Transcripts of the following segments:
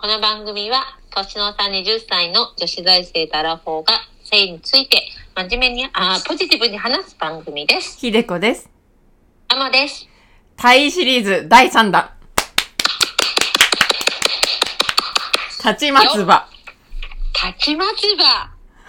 この番組は年の差20歳の女子大生とアラフォーが性について真面目にポジティブに話す番組です。 ひでこです。 あまです。 タイシリーズ第3弾。立ち松葉。 立ち松葉。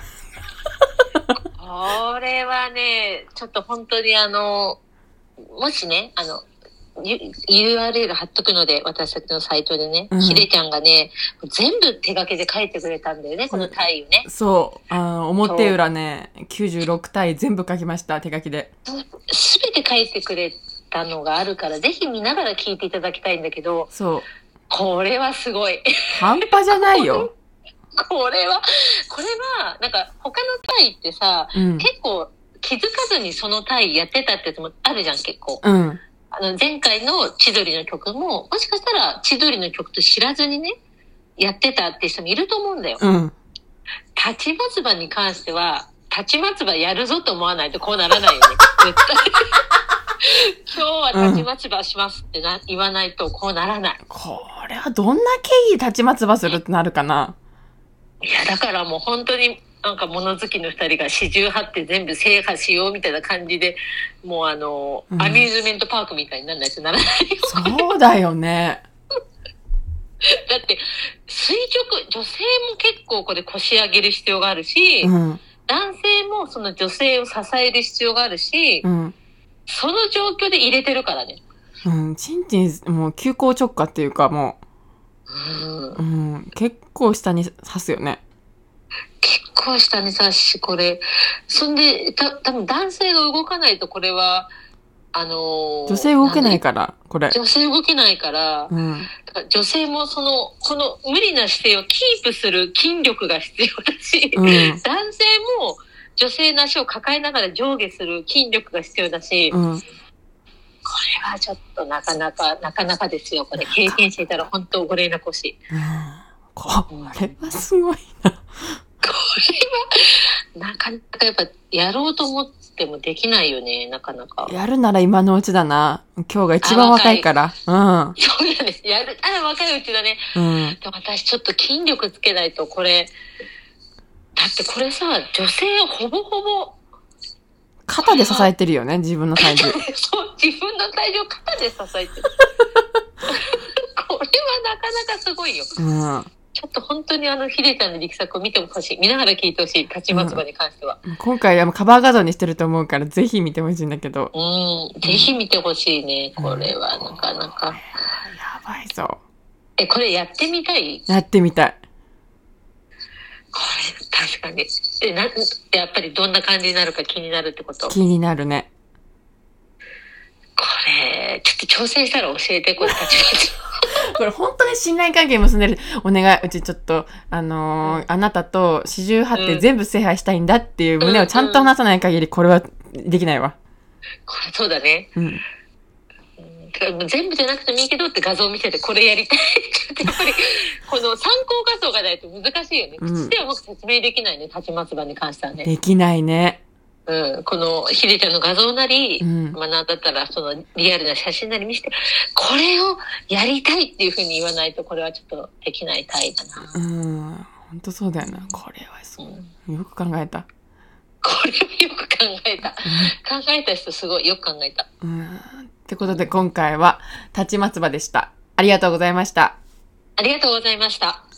これはね、ちょっと本当にもしね、URL 貼っとくので、私たちのサイトでね、ひでちゃんがね、全部手書きで書いてくれたんだよね、このタイをね。 そう。表裏ね、96タイ全部書きました、手書きで。 すべて書いてくれたのがあるから、ぜひ見ながら聞いていただきたいんだけど、 そう。 これはすごい。 半端じゃないよ。 これは、なんか他のタイってさ、結構気づかずにそのタイやってたってやつもあるじゃん、結構。前回の千鳥の曲も、もしかしたら千鳥の曲と知らずにね、やってたって人もいると思うんだよ。立ち松葉に関しては、立ち松葉やるぞと思わないとこうならないよね。絶対。今日は立ち松葉しますって言わないとこうならない。 これはどんな経緯立ち松葉するってなるかな。 いや、だからもう本当になんか物好きの二人が四十八って全部制覇しようみたいな感じで、もうアミューズメントパークみたいにならないとならないよ。 そうだよね。 だって垂直、女性も結構これ腰上げる必要があるし、男性もその女性を支える必要があるし、その状況で入れてるからね。 ちんちんもう急行直下っていうかもう、結構下に刺すよね。 結構下に刺すし、これ、そんで多分男性が動かないとこれは女性動けないから、これ。 女性動けないから、だから女性もこの無理な姿勢をキープする筋力が必要だし、男性も女性の足を抱えながら上下する筋力が必要だし、これはちょっとなかなかですよ。これ経験していたら本当ご連絡欲しい。 これはすごいな。これはなかなかやっぱやろうと思ってもできないよね、なかなか。 やるなら今のうちだな。今日が一番若いから。 そうだね。若いうちだね。でも私ちょっと筋力つけないとこれ、だってこれさ、女性をほぼほぼ肩で支えてるよね、自分の体重。 そう、自分の体重を肩で支えてる。これはなかなかすごいよ。ちょっと本当にヒデちゃんの力作を見てほしい。見ながら聞いてほしい。立ち松葉に関しては。 今回はカバー画像にしてると思うから、ぜひ見てほしいんだけど。 ぜひ見てほしいね。これはなかなか。 やばいぞ。 これやってみたい？ やってみたい。 これ、確かに。やっぱりどんな感じになるか気になるってこと？ 気になるね。 これ、ちょっと挑戦したら教えて、これ立ち松葉。 これ本当に信頼関係結んでる。お願い。うちちょっと、あなたと四十八って全部制覇したいんだっていう胸をちゃんと話さない限り、これはできないわ。 これそうだね。全部じゃなくてもいいけどって画像を見せてこれやりたいってやっぱりこの参考画像がないと難しいよね。口ではうまく説明できないね、立ち松葉に関してはね。 できないね。 このひでちゃんの画像なり、なんだったらそのリアルな写真なり見せて、これをやりたいっていうふうに言わないとこれはちょっとできないタイだな。 本当そうだよな。これはそう、よく考えた。 これはよく考えた。考えた人すごいよく考えた。 ってことで今回は立ち松葉でした。ありがとうございました。 ありがとうございました。